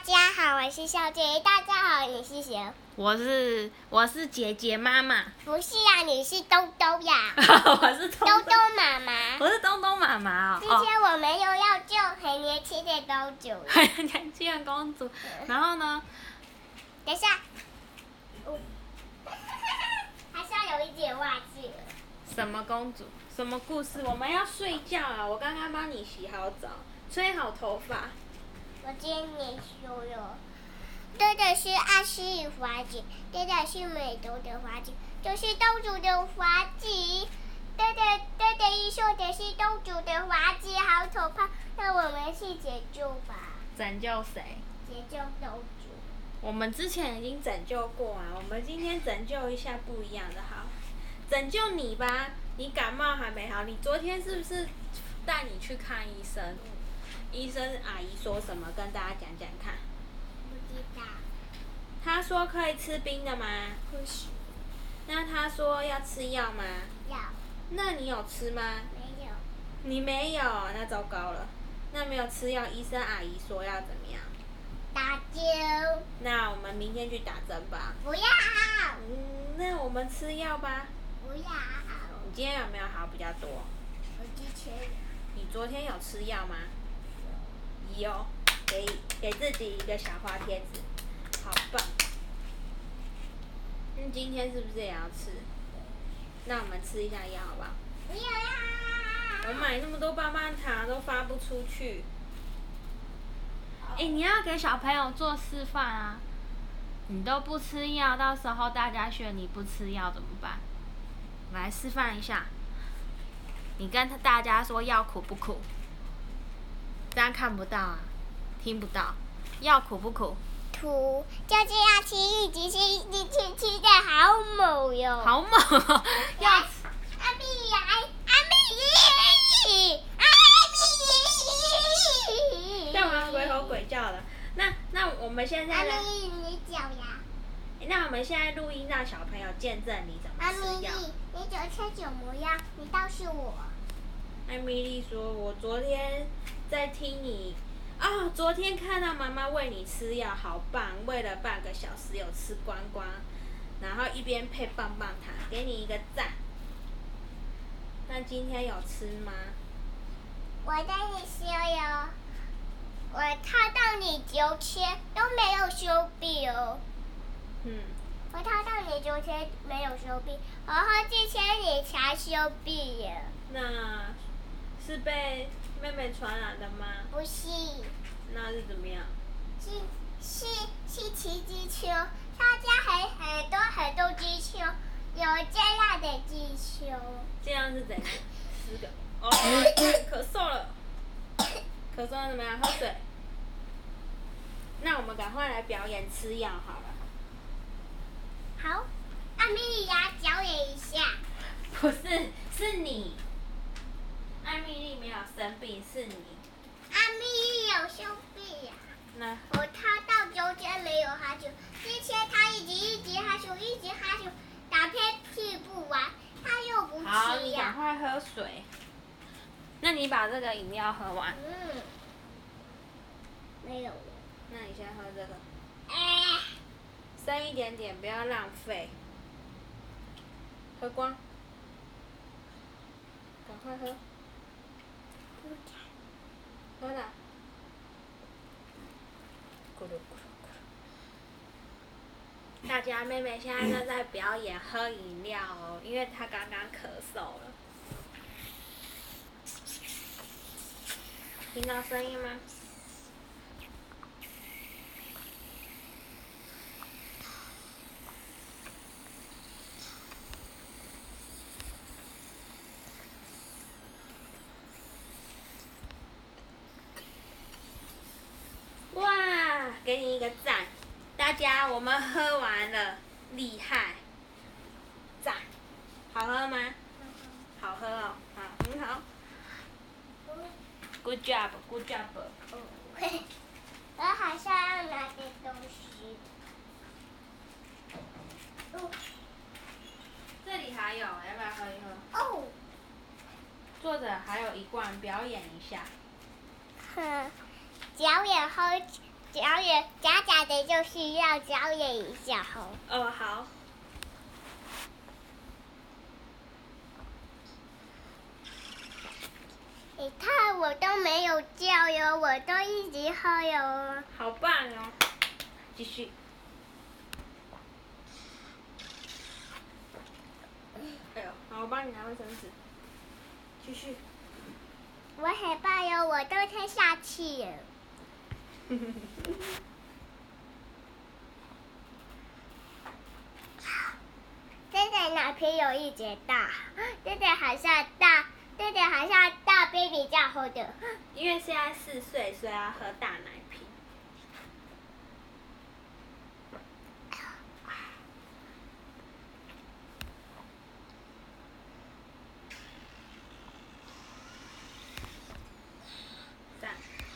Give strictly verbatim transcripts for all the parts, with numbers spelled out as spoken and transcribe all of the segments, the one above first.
家好，我是小姐。大家好，你是谁？ 我是我是姐姐妈妈。 不是啊，你是东东呀。 我是东东东妈妈。 我是东东妈妈哦。 今天我们又要救很年轻的公主了。 很年轻的公主。然后呢？ 等一下。哦、还是要有一点忘记了。 什么公主？什么故事？我们要睡觉啊！我刚刚帮你洗好澡，吹好头发。 我今天也修了。对的是阿诗与花姐，对的是美豆的花姐，就是公主的花姐。对的，对的，一说的是公主的花姐，好可怕。那我们去解救吧。 拯救谁？ 解救公主。 我们之前已经拯救过啊，我们今天拯救一下不一样的好。拯救你吧，你感冒还没好，你昨天是不是带你去看医生？医生阿姨说什么？跟大家讲讲看。 不知道。 他说可以吃冰的吗？ 不是。 那他说要吃药吗？ 要。 那你有吃吗？ 没有。 你没有，那糟糕了。那没有吃药，医生阿姨说要怎么样？ 打针。 那我们明天去打针吧。 不要。 嗯，那我们吃药吧。 不要。 你今天有没有好比较多？ 我之前有。 你昨天有吃药吗？有。给给自己一个小花贴纸，好棒。那今天是不是也要吃？那我们吃一下药好不好？ 不要呀！ 我买那么多棒棒糖都发不出去。哎、欸，你要给小朋友做示范啊！你都不吃药，到时候大家学你不吃药怎么办？来示范一下。你跟大家说药苦不苦？这样看不到啊，听不到。药苦不苦？ 苦，就这样吃一直吃一直吃，吃的好猛哟！ 好猛哦！要阿咪来，阿咪，阿咪， 干嘛鬼吼鬼叫的？那那我们现在呢？ 阿咪，你脚呀？ 那我们现在录音，让小朋友见证你怎么吃药。 阿咪，你九千九模样，你倒是我。 艾米丽说：“我昨天在听你，啊、哦，昨天看到妈妈喂你吃药，好棒！喂了半个小时，有吃光光，然后一边配棒棒糖，给你一个赞。那今天有吃吗？ 我带你修哟，我套到你九千都没有修毕哦。 嗯。 我套到你九千没有修毕，然后之前你才修毕耶。 那是被妹妹传染的吗？ 不是。 那是怎么样？ 是是是骑机车，他家很很多很多机车，有这样的机车。 这样是怎样？十个。哦，咳嗽了。咳嗽了怎么样？喝水。那我们赶快来表演吃药好了。 好，阿米娅表演一下。 不是，是你。艾米丽没有生病，是你。 阿米丽有生病呀、啊。 那我他到昨天没有哈啾，之前他一直一直哈啾，一直哈啾，打喷嚏不完，他又不吃呀。 好，你赶快喝水。那你把这个饮料喝完。 嗯。没有了。 那你先喝这个。 哎。 剩一点点，不要浪费。喝光。赶快喝。喝了。咕噜咕噜咕噜。大家，妹妹现在正在表演喝饮料哦，因为她刚刚咳嗽了。听到声音吗？哇，给你一个赞！大家，我们喝完了，厉害！赞，好喝吗？好喝哦，好，很好。Good job, good job。 我好像要拿点东西。哦。 这里还有，要不要喝一喝？ 哦。 坐着还有一罐，表演一下。 哼，表演喝表演假假的，就是要表演一下哦。 哦，好。 你看我都没有叫哟，我都一直喝哟。 好棒哦！继续。哎呦，好，我帮你拿卫生纸。继续。 我很棒哟，我都快下去了。真的奶瓶有一节大，真的好像大，真的好像大 baby 这样喝的。 因为现在四岁，所以要喝大奶瓶。赞。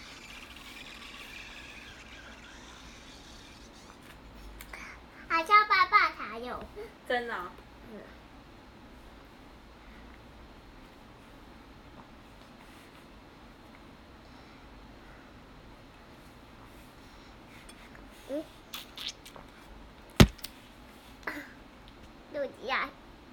好像爸爸才有。 真的、哦。 嗯。嗯。肚子呀。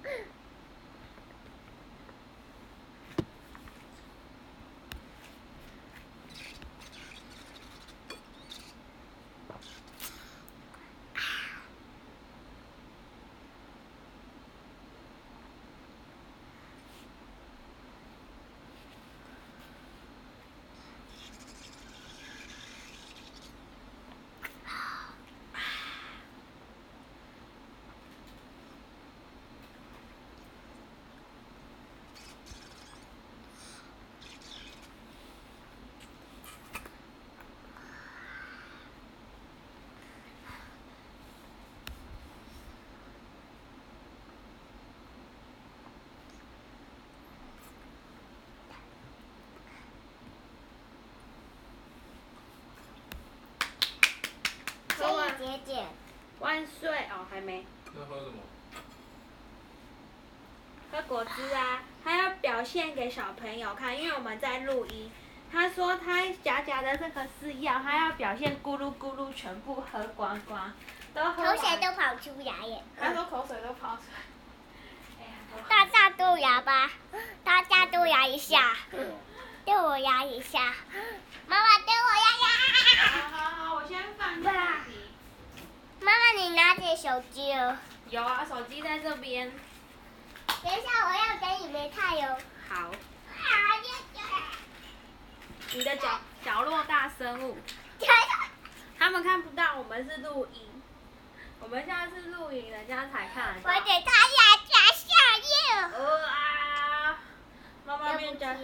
姐姐， 万岁！哦，还没。 那喝什么？ 喝果汁啊！他要表现给小朋友看，因为我们在录音。他说他假假的这个是药，他要表现咕噜咕噜全部喝光光，都喝完。 口水都跑出来耶！ 他说口水都跑出来。哎呀， 大家都牙吧，大家都牙一下，对我牙一下。妈妈对我牙牙。 好好好，我先放这里。 妈妈，你拿着手机哦。 有啊，手机在这边。 等一下，我要给你们看哟。 好。 啊呀呀！ 你的角角落大生物。他们看不到，我们是录音。我们现在是录影，人家才看得到。 我给大家加下油。 呃啊！妈妈面加。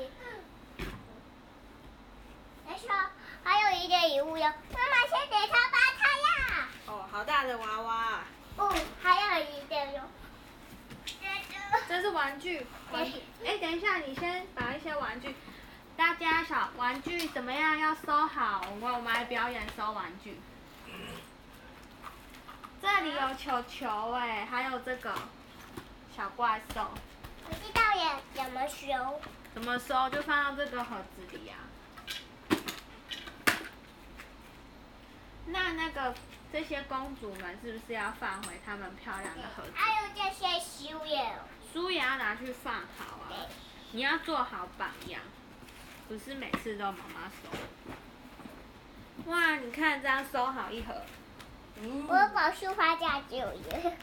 来说，还有一个礼物哟。妈妈先给他拔它呀。 哦，好大的娃娃。 哦，还有一个哟。 这是玩具。玩具。哎，等一下，你先把一些玩具，大家小玩具怎么样？要收好，我们我们来表演收玩具。这里有球球哎，还有这个小怪兽。 我知道耶，怎么收？ 怎么收？就放到这个盒子里啊。那那个这些公主们是不是要放回她们漂亮的盒子？ 还有这些书耶。 书也要拿去放好啊。你要做好榜样，不是每次都妈妈收。哇，你看这样收好一盒。 嗯、我把书花架就有。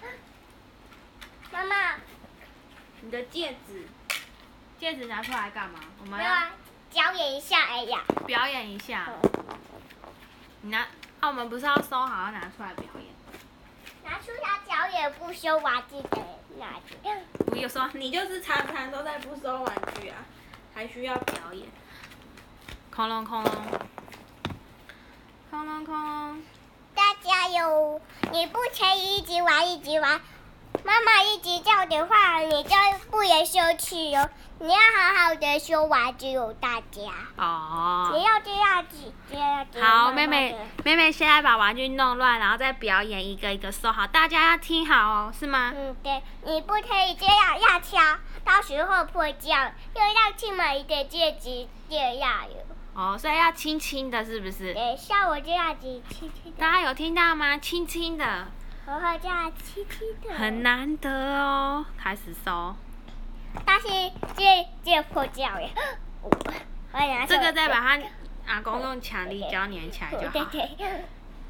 妈妈， 你的戒指，戒指拿出来干嘛？我们要表演一下，哎呀。 表演一下。嗯、你拿，啊，我们不是要收好，要拿出来表演。 拿出来表演不收玩具的拿去。 不有收，你就是常常都在不收玩具啊，还需要表演。空隆空隆，空隆空隆。 大家有，你不可以一直玩一直玩，妈妈一直叫的话，你就不能休去哟。你要好好的收玩具哦，大家。 哦。 你要这样子，这样子。 好，妹妹，妹妹现在把玩具弄乱，然后再表演一个一个收好，大家要听好哦，是吗？ 嗯，对，你不可以这样，要敲，到时候破掉，又要去买一个戒指，这样哟。 哦，所以要轻轻的，是不是？ 等一下我这样子轻轻的。 大家有听到吗？轻轻的。 然后这样轻轻的。 很难得哦，开始收。 但是这这破掉耶。我拿这个再把它阿公用强力胶粘起来就好。 对对。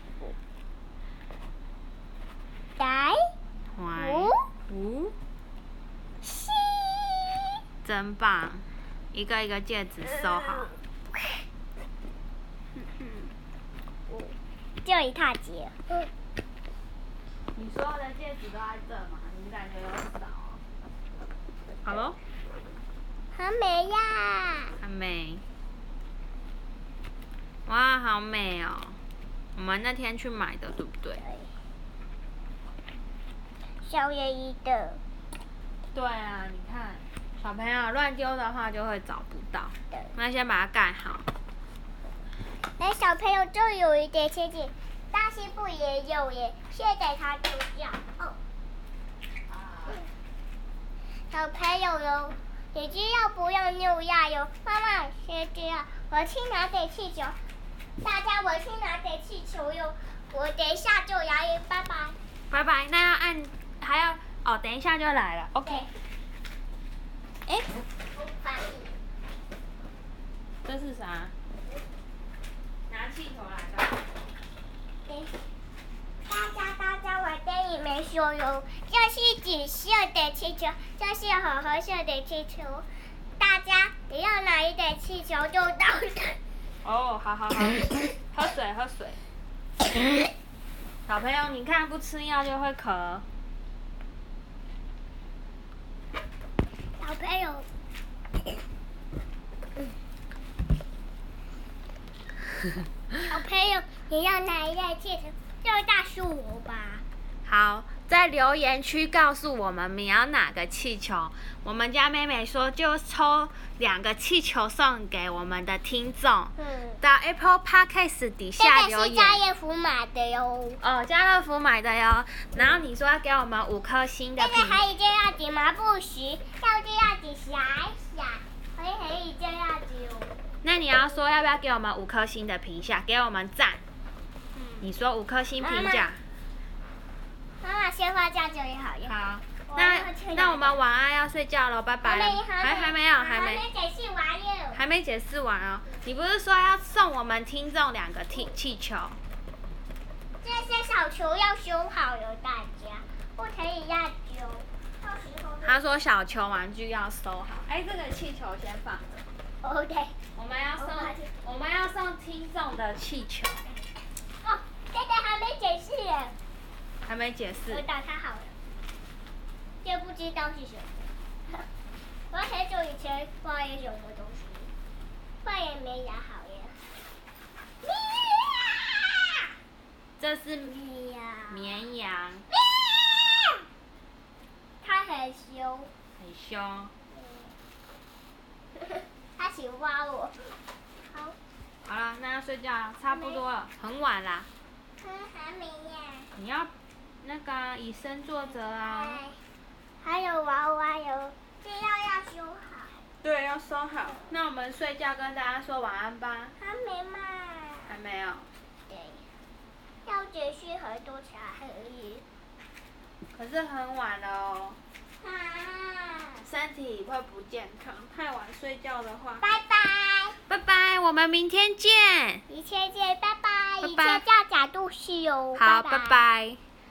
来。 五。五。 七。 真棒，一个一个戒指收好。 就一大截。 你所有的戒指都在这吗？你感觉有少哦。好咯。 还没呀。 还没。哇，好美哦！我们那天去买的，对不对？ 小叶一的。 对啊，你看，小朋友乱丢的话就会找不到。那先把它盖好。 哎，小朋友就有一点切记，大西部也有耶，现在它丢掉。哦。小朋友哟，你知道不用扭压哟。妈妈，先这样，我去拿点气球。大家，我去拿点气球哟。我等一下就来，拜拜。 拜拜，那要按，还要哦，等一下就来了。OK。哎。这是啥？拿气球来的。 大家大家，我跟你们说哟，这是紫色的气球，这是红褐色的气球。大家只要拿一点气球就到了。 哦，好好好，喝水喝水。小朋友，你看不吃药就会咳。 小朋友。小朋友，你要拿一袋气球，就告诉我吧。 好，在留言区告诉我们你要哪个气球。我们家妹妹说就抽两个气球送给我们的听众。嗯。到 Apple Podcast 底下留言。 这个是家乐福买的哟。 哦，家乐福买的哟。然后你说要给我们五颗星的评。 这个可以这样子吗？不行，要这样子闪闪，可以可以这样子哦。 那你要说要不要给我们五颗星的评价？给我们赞。嗯。你说五颗星评价。 妈妈先画这样就好。 好。那那我们晚安要睡觉了，拜拜。还还没有，还没。 还没解释完哟。 还没解释完哦。你不是说要送我们听众两个气气球？ 这些小球要修好哟，大家不可以乱丢。 他说小球玩具要收好。哎，这个气球先放着。 OK。 我们要送，我们要送听众的气球。 哦，这个还没解释耶。 还没解释。 我打开好了。这不知道是什么。我很久以前画了什么东西，画也没牙好耶。 这是绵羊。 绵羊。 它很凶。 很凶。 它喜欢我。好。 好了，那要睡觉了，差不多了，很晚啦。 嗯，还没呀。 你要那个以身作则啊。 还有娃娃哟，这要要修好。 对，要收好。那我们睡觉跟大家说晚安吧。 还没嘛。 还没有。 对。要解释很多才可以。 可是很晚了哦。 啊。 身体会不健康，太晚睡觉的话。 拜拜。 拜拜，我们明天见。 明天见，拜拜。 拜拜。 一切叫假度戏哦。 好，拜拜。